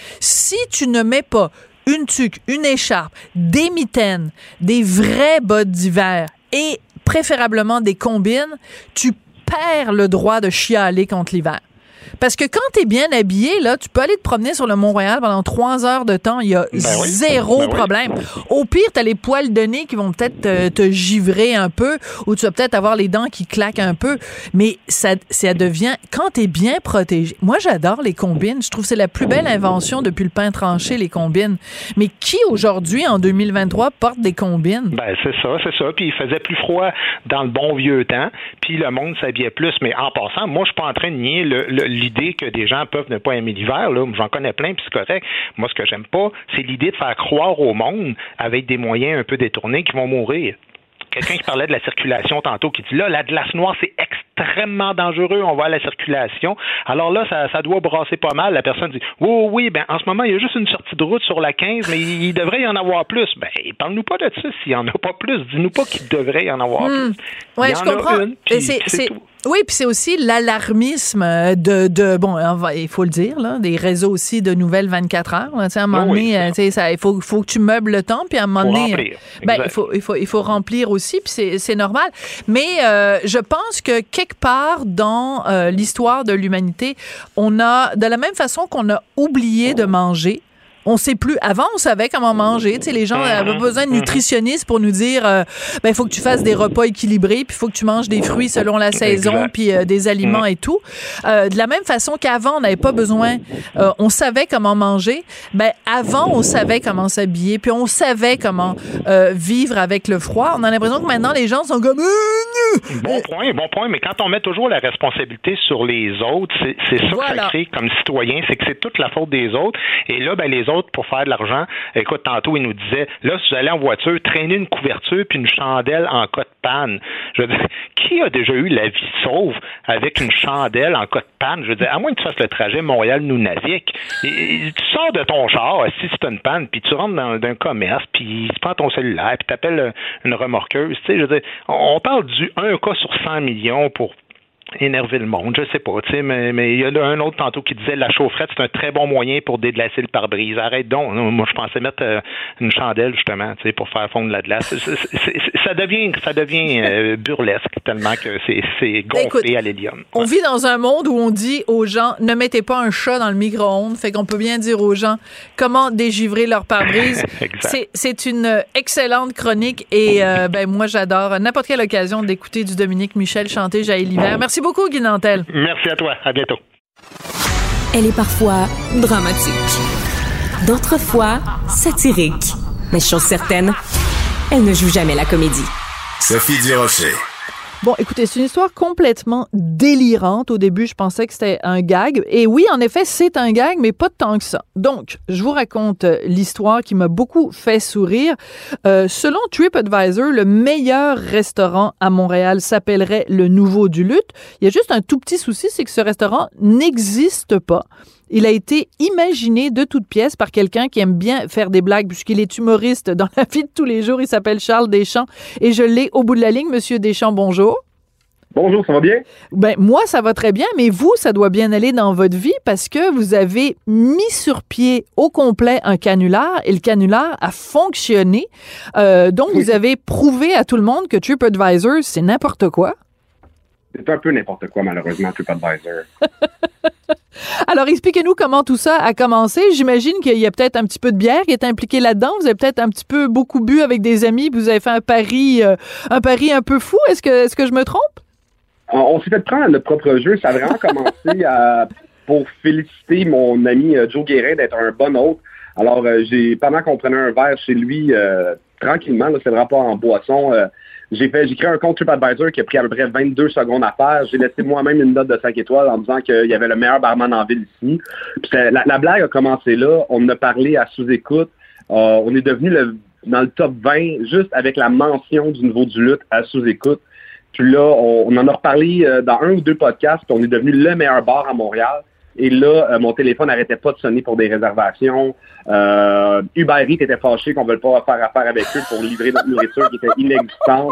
Si tu ne mets pas une tuque, une écharpe, des mitaines, des vraies bottes d'hiver et préférablement des combines, tu perds le droit de chialer contre l'hiver. Parce que quand t'es bien habillé, là, tu peux aller te promener sur le Mont-Royal pendant 3 heures de temps. Il y a zéro problème. Au pire, t'as les poils de nez qui vont peut-être te givrer un peu ou tu vas peut-être avoir les dents qui claquent un peu. Mais ça devient... Quand t'es bien protégé... Moi, j'adore les combines. Je trouve que c'est la plus belle invention depuis le pain tranché, les combines. Mais qui, aujourd'hui, en 2023, porte des combines? Ben, c'est ça. Puis il faisait plus froid dans le bon vieux temps. Puis le monde s'habillait plus. Mais en passant, moi, je suis pas en train de nier l'idée que des gens peuvent ne pas aimer l'hiver, là, j'en connais plein, puis c'est correct. Moi, ce que j'aime pas, c'est l'idée de faire croire au monde, avec des moyens un peu détournés, qu'ils vont mourir. Quelqu'un qui parlait de la circulation tantôt, qui dit là, la glace noire, c'est extrêmement dangereux, on va à la circulation. Alors là, ça doit brasser pas mal. La personne dit oui, ben en ce moment, il y a juste une sortie de route sur la 15, mais il devrait y en avoir plus. Ben, parle-nous pas de ça s'il y en a pas plus. Dis-nous pas qu'il devrait y en avoir plus. Oui, je comprends. C'est tout. Oui, puis c'est aussi l'alarmisme bon, il faut le dire, là, des réseaux aussi de nouvelles 24 heures. Là, à un moment donné, il faut que tu meubles le temps, puis à un moment donné, il faut remplir aussi, puis c'est normal. Mais je pense que quelque part dans l'histoire de l'humanité, on a, de la même façon qu'on a oublié de manger, on sait plus. Avant, on savait comment manger. Tu sais, les gens avaient besoin de nutritionnistes pour nous dire, il faut que tu fasses des repas équilibrés, puis il faut que tu manges des fruits selon la saison, puis des aliments et tout. De la même façon qu'avant, on n'avait pas besoin, on savait comment manger. Ben, avant, on savait comment s'habiller, puis on savait comment vivre avec le froid. On a l'impression que maintenant, les gens sont comme... Bon point, mais quand on met toujours la responsabilité sur les autres, c'est ça que ça crée comme citoyen, c'est que c'est toute la faute des autres. Et là, ben, les autres, pour faire de l'argent, écoute, tantôt, ils nous disaient, là, si vous allez en voiture, traînez une couverture puis une chandelle en cas de panne. Je veux dire, qui a déjà eu la vie sauve avec une chandelle en cas de panne? Je veux dire, à moins que tu fasses le trajet Montréal-Nunavik, tu sors de ton char, si c'est une panne, puis tu rentres dans un commerce, puis tu prends ton cellulaire, puis tu appelles une remorqueuse. Tu sais, je veux dire, on parle du 1 cas sur 100 millions pour énerver le monde, je sais pas, tu sais, mais il y a un autre tantôt qui disait la chaufferette, c'est un très bon moyen pour déglacer le pare-brise. Arrête donc. Moi, je pensais mettre une chandelle, justement, tu sais, pour faire fondre la glace. Ça devient burlesque, tellement que c'est gonflé à l'hélium. Ouais. On vit dans un monde où on dit aux gens, ne mettez pas un chat dans le micro-ondes, fait qu'on peut bien dire aux gens comment dégivrer leur pare-brise. C'est une excellente chronique et moi, j'adore n'importe quelle occasion d'écouter du Dominique Michel chanter Jaillit l'hiver. Merci beaucoup, Guy Nantel. Merci à toi. À bientôt. Elle est parfois dramatique, d'autres fois satirique. Mais chose certaine, elle ne joue jamais la comédie. Sophie Durocher. Bon, écoutez, c'est une histoire complètement délirante. Au début, je pensais que c'était un gag. Et oui, en effet, c'est un gag, mais pas tant que ça. Donc, je vous raconte l'histoire qui m'a beaucoup fait sourire. Selon TripAdvisor, le meilleur restaurant à Montréal s'appellerait le Nouveau du Lutte. Il y a juste un tout petit souci, c'est que ce restaurant n'existe pas. Il a été imaginé de toutes pièces par quelqu'un qui aime bien faire des blagues puisqu'il est humoriste dans la vie de tous les jours. Il s'appelle Charles Deschamps et je l'ai au bout de la ligne. Monsieur Deschamps, bonjour. Bonjour, ça va bien? Ben, moi, ça va très bien, mais vous, ça doit bien aller dans votre vie parce que vous avez mis sur pied au complet un canular et le canular a fonctionné. Donc, vous avez prouvé à tout le monde que TripAdvisor, c'est n'importe quoi. C'est un peu n'importe quoi, malheureusement, TripAdvisor. Alors, expliquez-nous comment tout ça a commencé. J'imagine qu'il y a peut-être un petit peu de bière qui est impliquée là-dedans. Vous avez peut-être un petit peu beaucoup bu avec des amis. Vous avez fait un pari un peu fou. Est-ce que je me trompe? On s'est fait prendre notre propre jeu. Ça a vraiment commencé pour féliciter mon ami Joe Guérin d'être un bon hôte. Alors, pendant qu'on prenait un verre chez lui, tranquillement, là, c'est vraiment pas en boisson, j'ai créé un compte TripAdvisor qui a pris à peu près 22 secondes à faire. J'ai laissé moi-même une note de 5 étoiles en disant qu'il y avait le meilleur barman en ville ici. Puis la blague a commencé là. On a parlé à sous-écoute. On est devenu dans le top 20 juste avec la mention du Nouveau du Lutte à sous-écoute. Puis là, on en a reparlé dans un ou deux podcasts. Puis on est devenu le meilleur bar à Montréal. Et là, mon téléphone n'arrêtait pas de sonner pour des réservations. Uber Eats était fâché qu'on ne veuille pas faire affaire avec eux pour livrer notre nourriture qui était inexistante.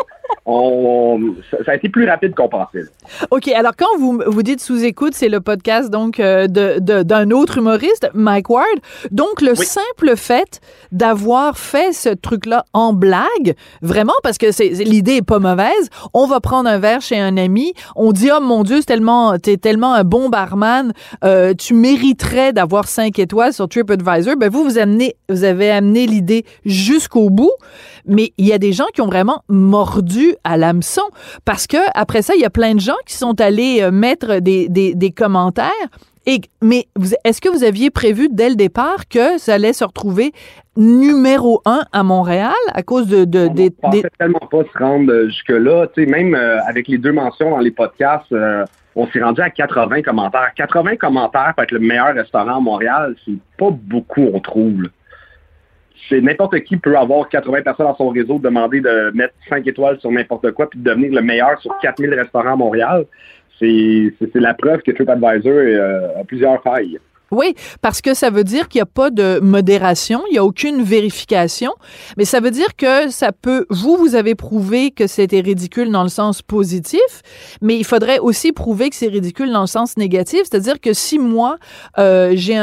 Ça a été plus rapide qu'on pensait. OK. Alors, quand vous dites sous-écoute, c'est le podcast donc d'un autre humoriste, Mike Ward. Donc, le simple fait d'avoir fait ce truc-là en blague, vraiment, parce que l'idée est pas mauvaise, on va prendre un verre chez un ami, on dit « Oh mon Dieu, t'es tellement un bon barman, tu mériterais d'avoir 5 étoiles sur TripAdvisor. » Ben vous avez amené l'idée jusqu'au bout, mais il y a des gens qui ont vraiment mordu à l'hameçon parce que après ça, il y a plein de gens qui sont allés mettre des commentaires. Mais est-ce que vous aviez prévu dès le départ que ça allait se retrouver numéro 1 à Montréal à cause de on ne pensait tellement pas se rendre jusque-là. Tu sais, même avec les 2 mentions dans les podcasts, on s'est rendu à 80 commentaires. 80 commentaires pour être le meilleur restaurant à Montréal, c'est pas beaucoup, on trouve. C'est n'importe qui peut avoir 80 personnes dans son réseau, demander de mettre 5 étoiles sur n'importe quoi puis de devenir le meilleur sur 4000 restaurants à Montréal. C'est la preuve que TripAdvisor a plusieurs failles. Oui, parce que ça veut dire qu'il n'y a pas de modération, il n'y a aucune vérification, mais ça veut dire que vous avez prouvé que c'était ridicule dans le sens positif, mais il faudrait aussi prouver que c'est ridicule dans le sens négatif, c'est-à-dire que si moi, j'ai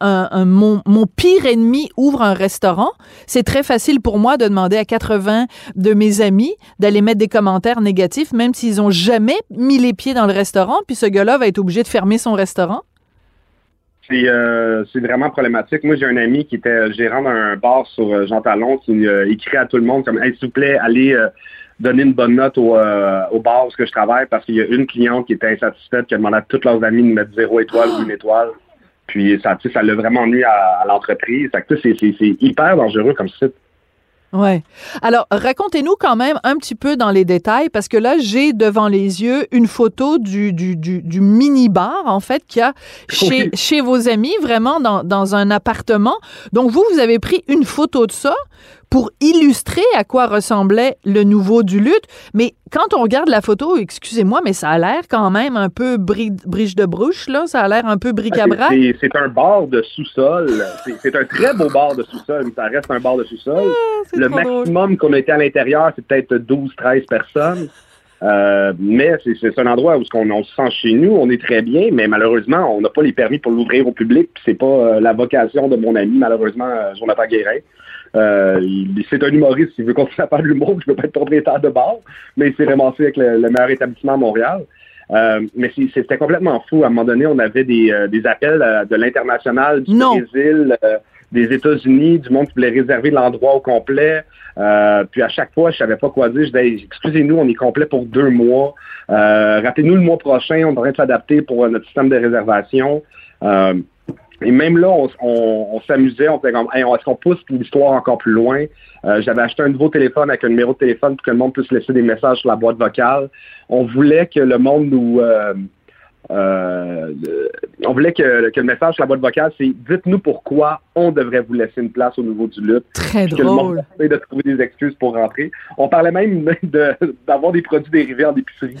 mon pire ennemi ouvre un restaurant, c'est très facile pour moi de demander à 80 de mes amis d'aller mettre des commentaires négatifs, même s'ils n'ont jamais mis les pieds dans le restaurant, puis ce gars-là va être obligé de fermer son restaurant. C'est vraiment problématique. Moi, j'ai un ami qui était gérant d'un bar sur Jean Talon qui écrit à tout le monde comme « Hey, s'il vous plaît, allez donner une bonne note au bar où je travaille parce qu'il y a une cliente qui était insatisfaite qui a demandé à tous leurs amis de mettre 0 étoile ou 1 étoile. » Puis ça l'a vraiment nuit à l'entreprise. C'est hyper dangereux comme site. Ouais. Alors, racontez-nous quand même un petit peu dans les détails, parce que là, j'ai devant les yeux une photo du mini-bar, en fait, qu'il y a chez vos amis, vraiment dans un appartement. Donc, vous avez pris une photo de ça pour illustrer à quoi ressemblait le Nouveau du Lutte. Mais quand on regarde la photo, excusez-moi, mais ça a l'air quand même un peu briche de brouche, là. Ça a l'air un peu bric-à-brac. C'est un bar de sous-sol. C'est un très beau bar de sous-sol, mais ça reste un bar de sous-sol. Le maximum qu'on a été à l'intérieur, c'est peut-être 12-13 personnes. Mais c'est un endroit où on se sent chez nous, on est très bien, mais malheureusement, on n'a pas les permis pour l'ouvrir au public. Puis c'est pas la vocation de mon ami, malheureusement, Jonathan Guérin. C'est un humoriste, il veut continuer à faire de l'humour, je ne veux pas être propriétaire de bar, mais il s'est ramassé avec le meilleur établissement à Montréal. Mais c'était complètement fou. À un moment donné, on avait des appels de l'international, du Brésil, des États-Unis, du monde qui voulait réserver l'endroit au complet. Puis à chaque fois, je savais pas quoi dire. Je disais, excusez-nous, on est complet pour 2 mois. Rappelez-nous le mois prochain, on devrait s'adapter pour notre système de réservation. Et même là, on s'amusait, on faisait comme, hey, est-ce qu'on pousse l'histoire encore plus loin? J'avais acheté un nouveau téléphone avec un numéro de téléphone pour que le monde puisse laisser des messages sur la boîte vocale. On voulait que le monde nous... on voulait que le message sur la boîte vocale, c'est « Dites-nous pourquoi on devrait vous laisser une place au niveau du lutte. » Très drôle. Que le monde essaie de trouver des excuses pour rentrer. On parlait même d'avoir des produits dérivés en épicerie.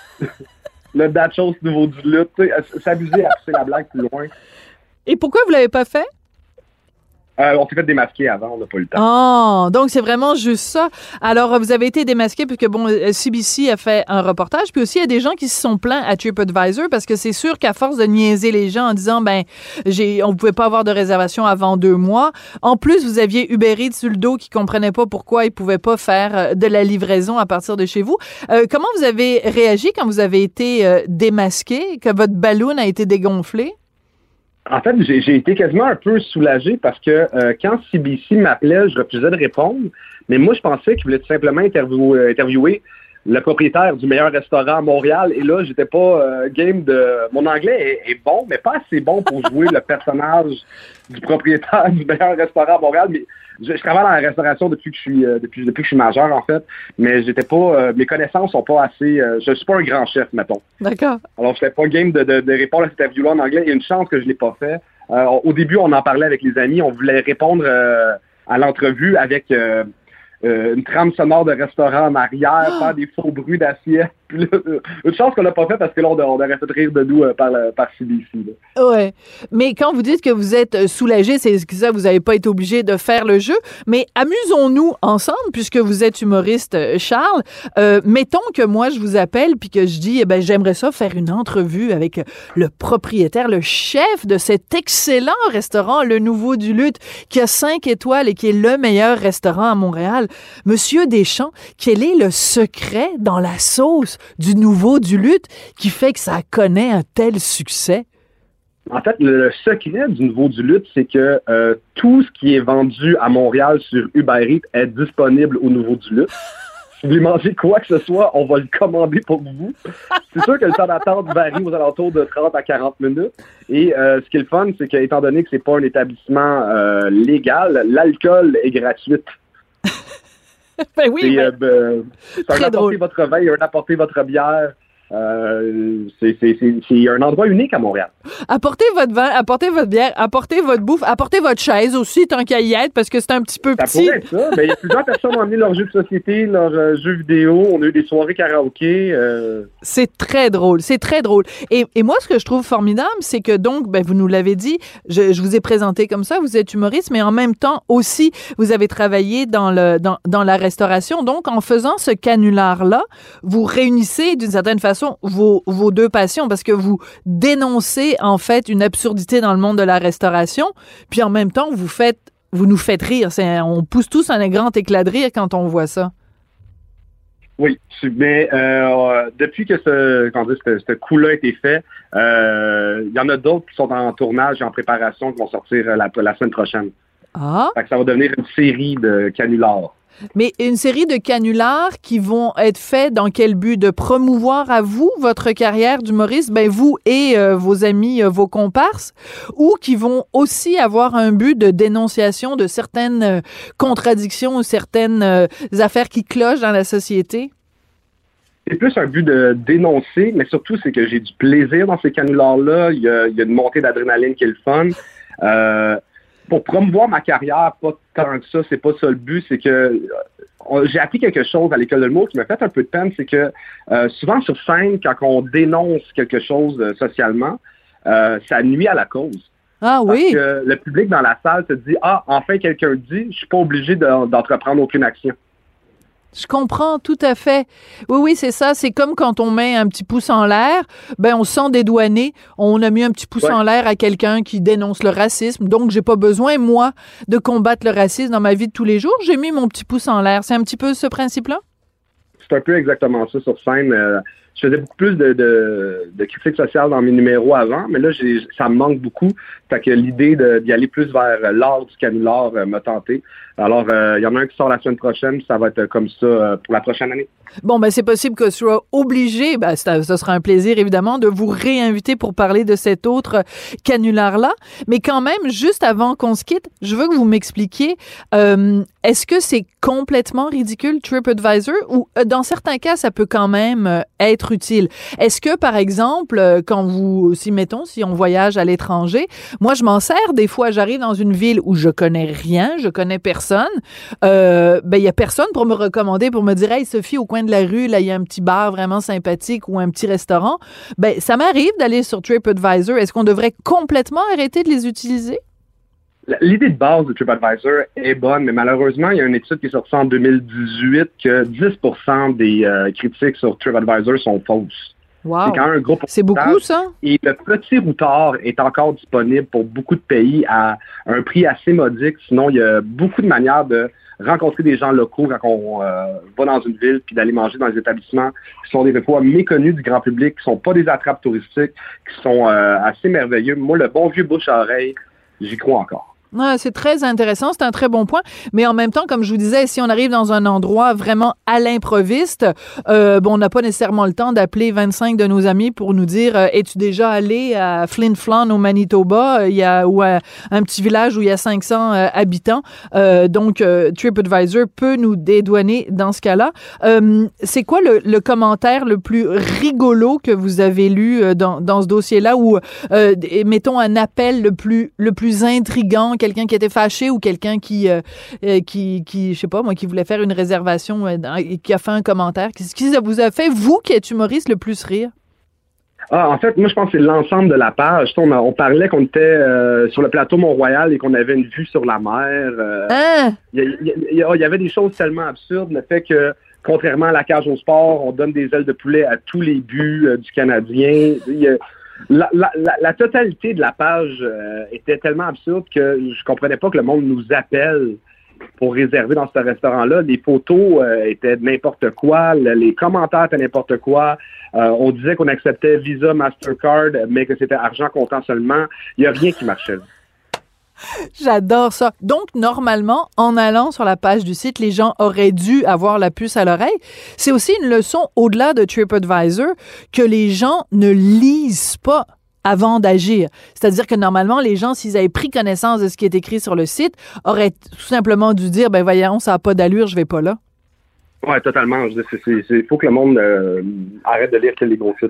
Le nachos au niveau du lutte. S'amuser à pousser la blague plus loin. Et pourquoi vous l'avez pas fait? On s'est fait démasquer avant, on n'a pas eu le temps. Oh, donc c'est vraiment juste ça. Alors, vous avez été démasqué parce que, bon, CBC a fait un reportage, puis aussi, il y a des gens qui se sont plaints à TripAdvisor parce que c'est sûr qu'à force de niaiser les gens en disant, on pouvait pas avoir de réservation avant 2 mois. En plus, vous aviez Uber Eats sur le dos qui comprenait pas pourquoi ils pouvaient pas faire de la livraison à partir de chez vous. Comment vous avez réagi quand vous avez été démasqué, que votre ballon a été dégonflé? En fait, j'ai été quasiment un peu soulagé parce que quand CBC m'appelait, je refusais de répondre. Mais moi, je pensais qu'il voulait tout simplement interviewer le propriétaire du meilleur restaurant à Montréal. Et là, j'étais pas game de... Mon anglais est bon, mais pas assez bon pour jouer le personnage du propriétaire du meilleur restaurant à Montréal. Mais je travaille dans la restauration depuis que je suis majeur, en fait. Mais j'étais pas... mes connaissances sont pas assez... je suis pas un grand chef, mettons. D'accord. Alors, je n'étais pas game de répondre à cette interview-là en anglais. Il y a une chance que je l'ai pas fait. Au début, on en parlait avec les amis. On voulait répondre à l'entrevue avec... une trame sonore de restaurant en arrière, faire des faux bruits d'assiette. Une chance qu'on l'a pas fait parce que là, on aurait fait rire de nous par CBC. Ouais. Mais quand vous dites que vous êtes soulagé, c'est ça, vous n'avez pas été obligé de faire le jeu. Mais amusons-nous ensemble, puisque vous êtes humoriste, Charles. Mettons que moi, je vous appelle puis que je dis, j'aimerais ça faire une entrevue avec le propriétaire, le chef de cet excellent restaurant, le Nouveau du Lutte, qui a 5 étoiles et qui est le meilleur restaurant à Montréal. Monsieur Deschamps, quel est le secret dans la sauce du Nouveau du Lutte qui fait que ça connaît un tel succès? En fait, le secret du Nouveau du Lutte, c'est que tout ce qui est vendu à Montréal sur Uber Eats est disponible au Nouveau du Lutte. Si vous voulez manger quoi que ce soit, on va le commander pour vous. C'est sûr que le temps d'attente varie aux alentours de 30 à 40 minutes. Et ce qui est le fun, c'est qu'étant donné que c'est pas un établissement légal, l'alcool est gratuit. Ben oui, c'est un apporter votre vin, un apporter votre bière. C'est un endroit unique à Montréal. Apportez votre vin, apportez votre bière, apportez votre bouffe, apportez votre chaise aussi, tant qu'à y être, parce que c'est un petit peu petit. Ça pourrait être ça. Il y a plusieurs personnes qui ont amené leurs jeux de société, leurs jeux vidéo. On a eu des soirées karaoké. C'est très drôle, c'est très drôle. Et moi, ce que je trouve formidable, c'est que donc, vous nous l'avez dit, je vous ai présenté comme ça, vous êtes humoriste, mais en même temps aussi, vous avez travaillé dans la restauration. Donc, en faisant ce canular-là, vous réunissez d'une certaine façon vos 2 passions, parce que vous dénoncez en fait une absurdité dans le monde de la restauration, puis en même temps vous nous faites rire. On pousse tous un grand éclat de rire quand on voit ça. Oui, mais depuis que ce coup-là a été fait, il y en a d'autres qui sont en tournage et en préparation qui vont sortir la semaine prochaine. Ah. Fait que ça va devenir une série de canulars. Mais une série de canulars qui vont être faits dans quel but? De promouvoir à vous votre carrière d'humoriste, vous et vos amis, vos comparses, ou qui vont aussi avoir un but de dénonciation de certaines contradictions ou certaines affaires qui clochent dans la société? C'est plus un but de dénoncer, mais surtout, c'est que j'ai du plaisir dans ces canulars-là. Il y a une montée d'adrénaline qui est le fun. Pour promouvoir ma carrière, pas tant que ça, c'est pas ça le but, c'est que j'ai appris quelque chose à l'école de l'humour qui m'a fait un peu de peine, c'est que souvent sur scène, quand on dénonce quelque chose socialement, ça nuit à la cause. Ah oui? Parce que le public dans la salle se dit « Ah, enfin quelqu'un le dit, je suis pas obligé d'entreprendre aucune action ». Je comprends tout à fait. Oui, c'est ça. C'est comme quand on met un petit pouce en l'air, on se sent dédouané. On a mis un petit pouce en l'air à quelqu'un qui dénonce le racisme. Donc, j'ai pas besoin, moi, de combattre le racisme dans ma vie de tous les jours. J'ai mis mon petit pouce en l'air. C'est un petit peu ce principe-là? C'est un peu exactement ça sur scène. je faisais beaucoup plus de critiques sociales dans mes numéros avant, mais là, ça me manque beaucoup. Fait que l'idée d'y aller plus vers l'art du canular m'a tenté. Alors, il y en a un qui sort la semaine prochaine, ça va être comme ça pour la prochaine année. Bon, ben c'est possible que je sois obligé, ce sera un plaisir évidemment, de vous réinviter pour parler de cet autre canular-là. Mais quand même, juste avant qu'on se quitte, je veux que vous m'expliquiez, est-ce que c'est complètement ridicule TripAdvisor ou dans certains cas, ça peut quand même être utile? Est-ce que, par exemple, si on voyage à l'étranger, moi, je m'en sers des fois, j'arrive dans une ville où je connais rien, je connais personne, il y a personne pour me recommander, pour me dire « Hey, Sophie, au coin de la rue, là, il y a un petit bar vraiment sympathique ou un petit restaurant. » Ça m'arrive d'aller sur TripAdvisor. Est-ce qu'on devrait complètement arrêter de les utiliser? L'idée de base de TripAdvisor est bonne, mais malheureusement, il y a une étude qui est sortie en 2018 que 10% des critiques sur TripAdvisor sont fausses. Wow. C'est quand même un gros pourcentage. C'est beaucoup, ça? Et le petit routard est encore disponible pour beaucoup de pays à un prix assez modique. Sinon, il y a beaucoup de manières de rencontrer des gens locaux quand on va dans une ville, puis d'aller manger dans des établissements qui sont des fois méconnus du grand public, qui sont pas des attrapes touristiques, qui sont assez merveilleux. Moi, le bon vieux bouche à oreille, j'y crois encore. Ouais, c'est très intéressant, c'est un très bon point. Mais en même temps, comme je vous disais, si on arrive dans un endroit vraiment à l'improviste, on n'a pas nécessairement le temps d'appeler 25 de nos amis pour nous dire es-tu déjà allé à Flin Flon au Manitoba ou à un petit village où il y a 500 habitants. Donc, TripAdvisor peut nous dédouaner dans ce cas-là. C'est quoi le commentaire le plus rigolo que vous avez lu dans ce dossier-là ou mettons un appel le plus intriguant, quelqu'un qui était fâché ou quelqu'un qui je sais pas moi, qui voulait faire une réservation et qui a fait un commentaire? Qu'est-ce qui vous a fait, vous qui êtes humoriste, le plus rire? En fait, moi, je pense que c'est l'ensemble de la page. On parlait qu'on était sur le plateau Mont-Royal et qu'on avait une vue sur la mer. Il y avait des choses tellement absurdes. Le fait que, contrairement à la cage au sport, on donne des ailes de poulet à tous les buts du Canadien. La totalité de la page était tellement absurde que je comprenais pas que le monde nous appelle pour réserver dans ce restaurant-là. Les photos étaient n'importe quoi, les commentaires étaient n'importe quoi. On disait qu'on acceptait Visa, Mastercard, mais que c'était argent comptant seulement. Il n'y a rien qui marchait. J'adore ça. Donc, normalement, en allant sur la page du site, les gens auraient dû avoir la puce à l'oreille. C'est aussi une leçon, au-delà de TripAdvisor, que les gens ne lisent pas avant d'agir. C'est-à-dire que normalement, les gens, s'ils avaient pris connaissance de ce qui est écrit sur le site, auraient tout simplement dû dire, voyons, ça n'a pas d'allure, je vais pas là. Ouais, totalement. Il faut que le monde arrête de lire que les gros titres.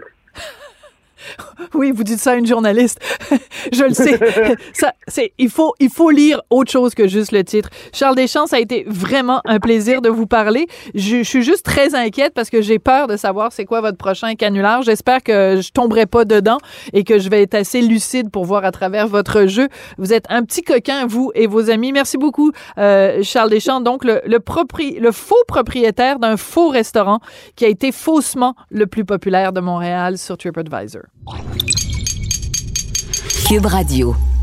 Oui, vous dites ça à une journaliste. Je le sais. Il faut lire autre chose que juste le titre. Charles Deschamps, ça a été vraiment un plaisir de vous parler. Je suis juste très inquiète parce que j'ai peur de savoir c'est quoi votre prochain canular. J'espère que je tomberai pas dedans et que je vais être assez lucide pour voir à travers votre jeu. Vous êtes un petit coquin, vous et vos amis. Merci beaucoup, Charles Deschamps. Donc, le faux propriétaire d'un faux restaurant qui a été faussement le plus populaire de Montréal sur TripAdvisor. Cube Radio.